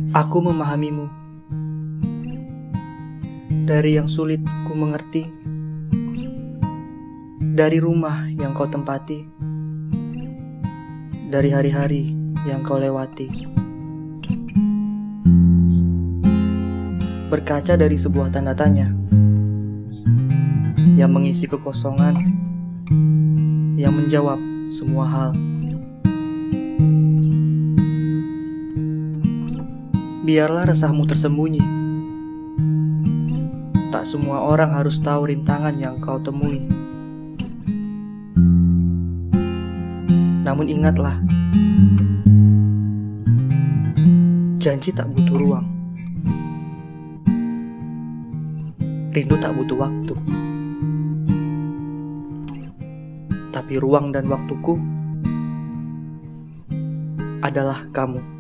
Aku memahamimu dari yang sulit ku mengerti, dari rumah yang kau tempati, dari hari-hari yang kau lewati. Berkaca dari sebuah tanda tanya yang mengisi kekosongan, yang menjawab semua hal. Biarlah resahmu tersembunyi. Tak semua orang harus tahu rintangan yang kau temui. Namun ingatlah, janji tak butuh ruang. Rindu tak butuh waktu. Tapi ruang dan waktuku adalah kamu.